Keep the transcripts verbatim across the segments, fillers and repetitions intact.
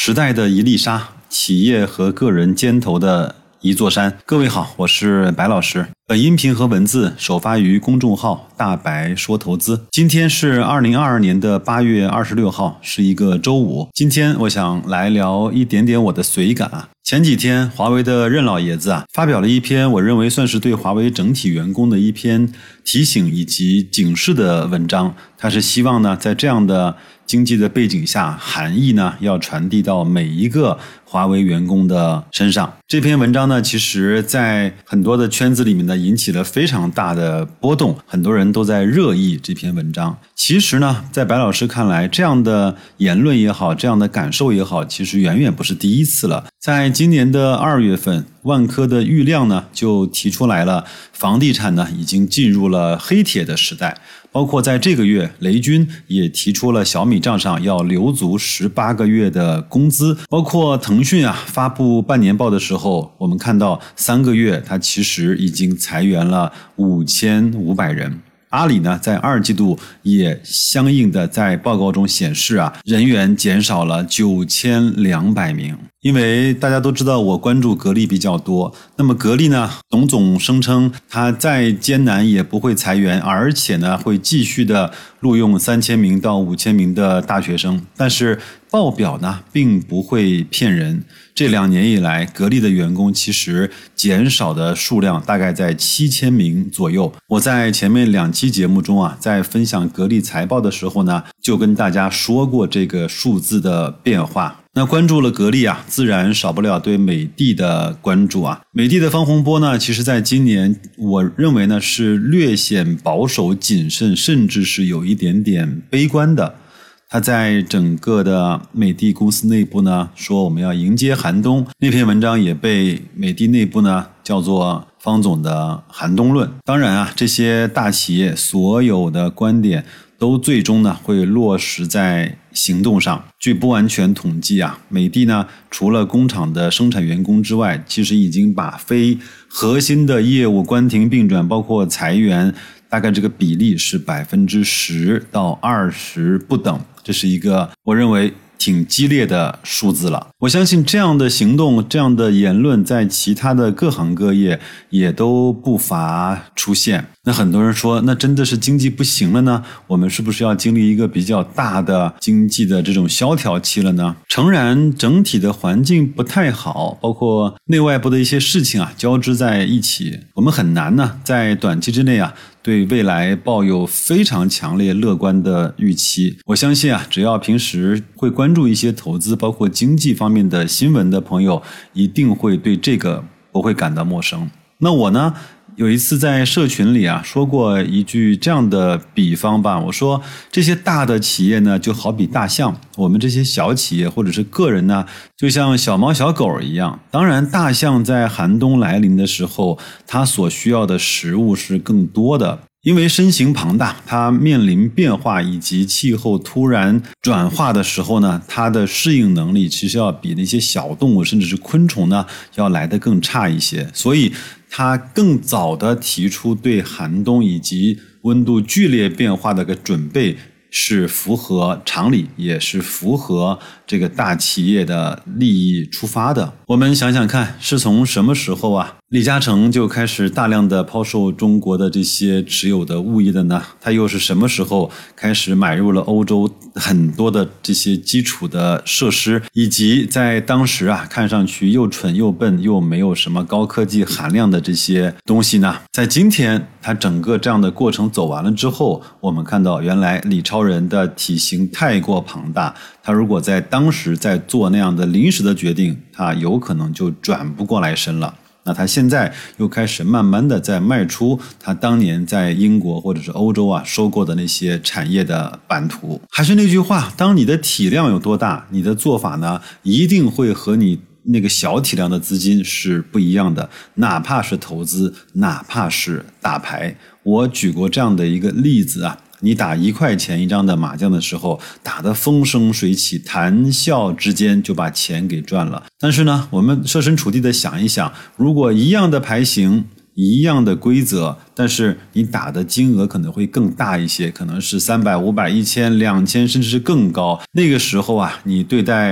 时代的一粒沙，企业和个人肩头的一座山。各位好，我是白老师。本音频和文字首发于公众号大白说投资。今天是二零二二年的八月二十六号，是一个周五。今天我想来聊一点点我的随感啊。前几天华为的任老爷子啊发表了一篇我认为算是对华为整体员工的一篇提醒以及警示的文章。他是希望呢在这样的经济的背景下，含义呢要传递到每一个华为员工的身上。这篇文章呢其实在很多的圈子里面呢引起了非常大的波动，很多人都在热议这篇文章。其实呢在白老师看来，这样的言论也好，这样的感受也好，其实远远不是第一次了。在今年的二月份，万科的郁亮呢就提出来了，房地产呢已经进入了黑铁的时代。包括在这个月，雷军也提出了小米账上要留足十八个月的工资。包括腾讯啊发布半年报的时候，我们看到三个月它其实已经裁员了五千五百人。阿里呢在二季度也相应的在报告中显示啊，人员减少了九千两百名。因为大家都知道我关注格力比较多，那么格力呢，董总声称他再艰难也不会裁员，而且呢会继续的录用三千名到五千名的大学生。但是报表呢并不会骗人，这两年以来格力的员工其实减少的数量大概在七千名左右。我在前面两期节目中啊，在分享格力财报的时候呢，就跟大家说过这个数字的变化。那关注了格力啊，自然少不了对美的的关注啊。美的的方洪波呢，其实在今年我认为呢是略显保守谨慎，甚至是有一点点悲观的。他在整个的美的公司内部呢说我们要迎接寒冬，那篇文章也被美的内部呢叫做方总的寒冬论。当然啊，这些大企业所有的观点都最终呢会落实在行动上。据不完全统计啊，美的呢除了工厂的生产员工之外，其实已经把非核心的业务关停并转，包括裁员，大概这个比例是百分之十到二十不等。这是一个我认为挺激烈的数字了。我相信这样的行动，这样的言论在其他的各行各业也都不乏出现。那很多人说，那真的是经济不行了呢？我们是不是要经历一个比较大的经济的这种萧条期了呢？诚然整体的环境不太好，包括内外部的一些事情啊交织在一起，我们很难呢在短期之内啊对未来抱有非常强烈乐观的预期。我相信啊，只要平时会关注一些投资包括经济方面的新闻的朋友，一定会对这个不会感到陌生。那我呢有一次在社群里啊说过一句这样的比方吧，我说这些大的企业呢就好比大象，我们这些小企业或者是个人呢就像小猫小狗一样。当然大象在寒冬来临的时候，它所需要的食物是更多的，因为身形庞大，它面临变化以及气候突然转化的时候呢，它的适应能力其实要比那些小动物甚至是昆虫呢要来得更差一些。所以它更早的提出对寒冬以及温度剧烈变化的个准备，是符合常理，也是符合这个大企业的利益出发的。我们想想看，是从什么时候啊李嘉诚就开始大量的抛售中国的这些持有的物业的呢？他又是什么时候开始买入了欧洲很多的这些基础的设施，以及在当时啊看上去又蠢又笨又没有什么高科技含量的这些东西呢？在今天他整个这样的过程走完了之后，我们看到原来李超人的体型太过庞大，他如果在当时在做那样的临时的决定，他有可能就转不过来身了。那他现在又开始慢慢的在卖出他当年在英国或者是欧洲啊收购的那些产业的版图。还是那句话，当你的体量有多大，你的做法呢一定会和你那个小体量的资金是不一样的，哪怕是投资，哪怕是打牌。我举过这样的一个例子啊，你打一块钱一张的麻将的时候，打得风生水起，谈笑之间就把钱给赚了。但是呢，我们设身处地的想一想，如果一样的牌型，一样的规则，但是你打的金额可能会更大一些，可能是三百、五百、一千、两千，甚至是更高。那个时候啊，你对待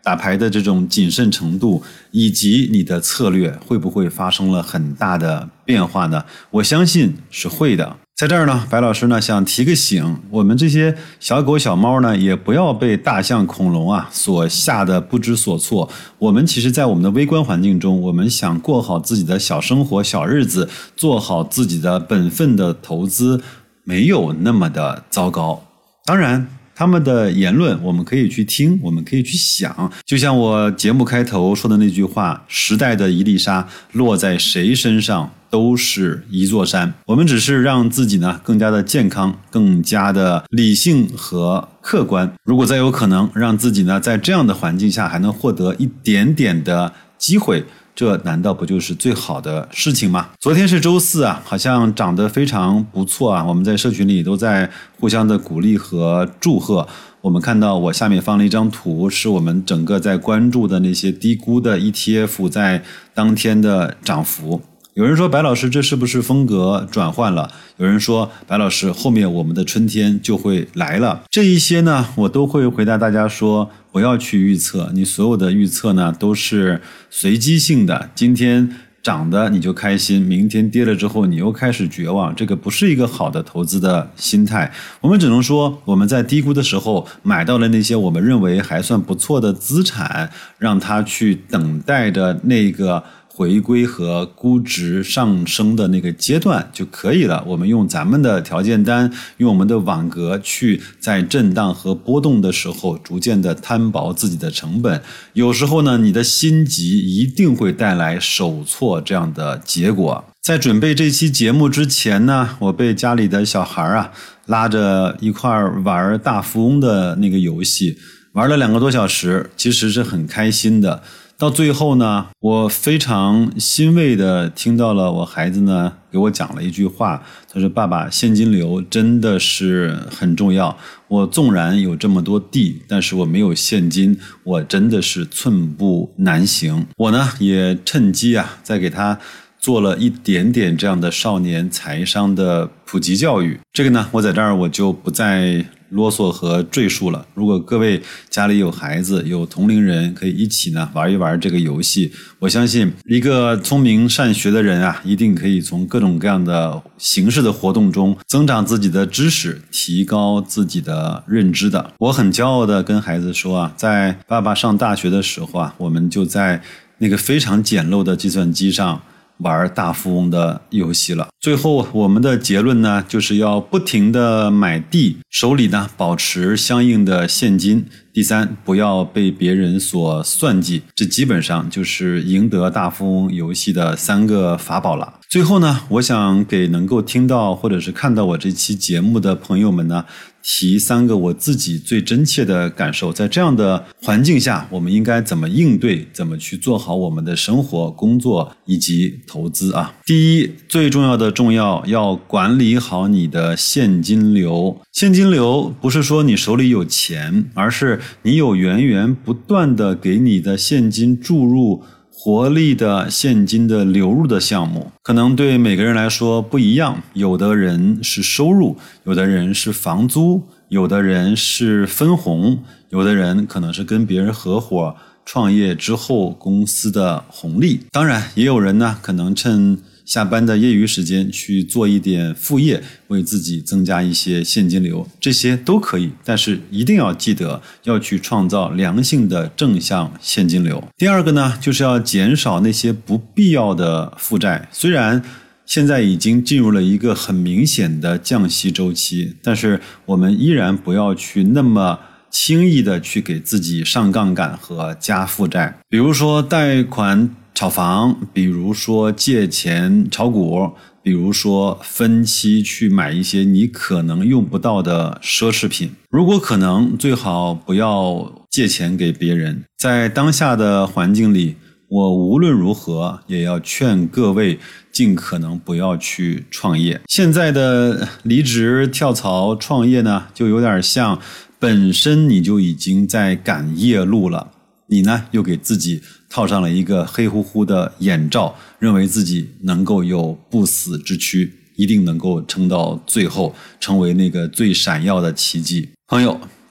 打牌的这种谨慎程度，以及你的策略会不会发生了很大的变化呢？我相信是会的。在这儿呢，白老师呢想提个醒，我们这些小狗小猫呢，也不要被大象恐龙啊所吓得不知所措。我们其实在我们的微观环境中，我们想过好自己的小生活小日子，做好自己的本分的投资，没有那么的糟糕。当然他们的言论我们可以去听，我们可以去想，就像我节目开头说的那句话，时代的一粒沙落在谁身上都是一座山。我们只是让自己呢更加的健康，更加的理性和客观。如果再有可能让自己呢在这样的环境下还能获得一点点的机会，这难道不就是最好的事情吗？昨天是周四啊，好像涨得非常不错啊，我们在社群里都在互相的鼓励和祝贺。我们看到我下面放了一张图，是我们整个在关注的那些低估的 E T F 在当天的涨幅。有人说白老师这是不是风格转换了？有人说白老师后面我们的春天就会来了。这一些呢我都会回答大家说，不要去预测，你所有的预测呢都是随机性的，今天涨的你就开心，明天跌了之后你又开始绝望，这个不是一个好的投资的心态。我们只能说我们在低估的时候买到了那些我们认为还算不错的资产，让它去等待着那个回归和估值上升的那个阶段就可以了。我们用咱们的条件单，用我们的网格去在震荡和波动的时候逐渐的摊薄自己的成本。有时候呢，你的心急一定会带来手错这样的结果。在准备这期节目之前呢，我被家里的小孩啊拉着一块玩大富翁的那个游戏，玩了两个多小时，其实是很开心的。到最后呢，我非常欣慰的听到了我孩子呢给我讲了一句话，他说爸爸，现金流真的是很重要，我纵然有这么多地，但是我没有现金，我真的是寸步难行。我呢也趁机啊再给他做了一点点这样的少年财商的普及教育。这个呢我在这儿我就不再啰嗦和赘述了。如果各位家里有孩子有同龄人，可以一起呢玩一玩这个游戏，我相信一个聪明善学的人啊，一定可以从各种各样的形式的活动中增长自己的知识，提高自己的认知的。我很骄傲的跟孩子说啊，在爸爸上大学的时候啊，我们就在那个非常简陋的计算机上玩大富翁的游戏了。最后我们的结论呢，就是要不停的买地，手里呢保持相应的现金。第三，不要被别人所算计，这基本上就是赢得大富翁游戏的三个法宝了。最后呢，我想给能够听到或者是看到我这期节目的朋友们呢，提三个我自己最真切的感受。在这样的环境下，我们应该怎么应对，怎么去做好我们的生活、工作以及投资啊。第一，最重要的重要，要管理好你的现金流。现金流不是说你手里有钱，而是你有源源不断的给你的现金注入活力的现金的流入的项目。可能对每个人来说不一样，有的人是收入，有的人是房租，有的人是分红，有的人可能是跟别人合伙创业之后公司的红利。当然也有人呢，可能趁下班的业余时间去做一点副业，为自己增加一些现金流，这些都可以，但是一定要记得要去创造良性的正向现金流。第二个呢，就是要减少那些不必要的负债。虽然现在已经进入了一个很明显的降息周期，但是我们依然不要去那么轻易的去给自己上杠杆和加负债。比如说贷款炒房，比如说借钱炒股，比如说分期去买一些你可能用不到的奢侈品。如果可能，最好不要借钱给别人。在当下的环境里，我无论如何也要劝各位尽可能不要去创业。现在的离职跳槽创业呢，就有点像本身你就已经在赶夜路了，你呢又给自己套上了一个黑乎乎的眼罩，认为自己能够有不死之躯，一定能够撑到最后，成为那个最闪耀的奇迹。朋友，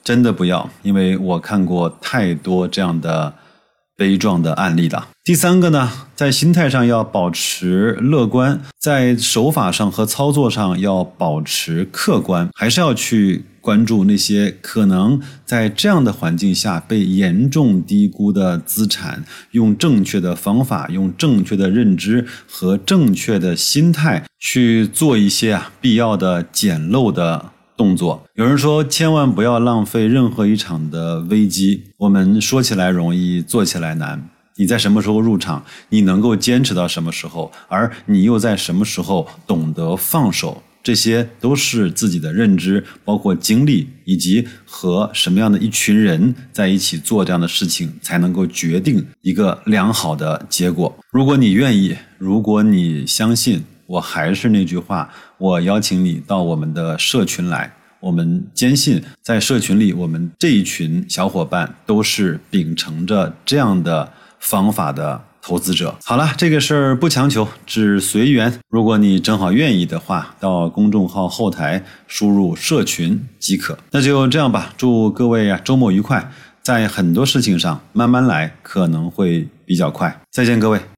真的不要，因为我看过太多这样的悲壮的案例了。第三个呢，在心态上要保持乐观，在手法上和操作上要保持客观，还是要去关注那些可能在这样的环境下被严重低估的资产，用正确的方法，用正确的认知和正确的心态去做一些啊必要的捡漏的动作。有人说千万不要浪费任何一场的危机，我们说起来容易，做起来难。你在什么时候入场，你能够坚持到什么时候，而你又在什么时候懂得放手，这些都是自己的认知，包括经历，以及和什么样的一群人在一起做这样的事情，才能够决定一个良好的结果。如果你愿意，如果你相信，我还是那句话，我邀请你到我们的社群来。我们坚信在社群里，我们这一群小伙伴都是秉承着这样的方法的投资者。好了，这个事儿不强求，只随缘。如果你正好愿意的话，到公众号后台输入社群即可。那就这样吧，祝各位啊周末愉快，在很多事情上慢慢来，可能会比较快。再见各位。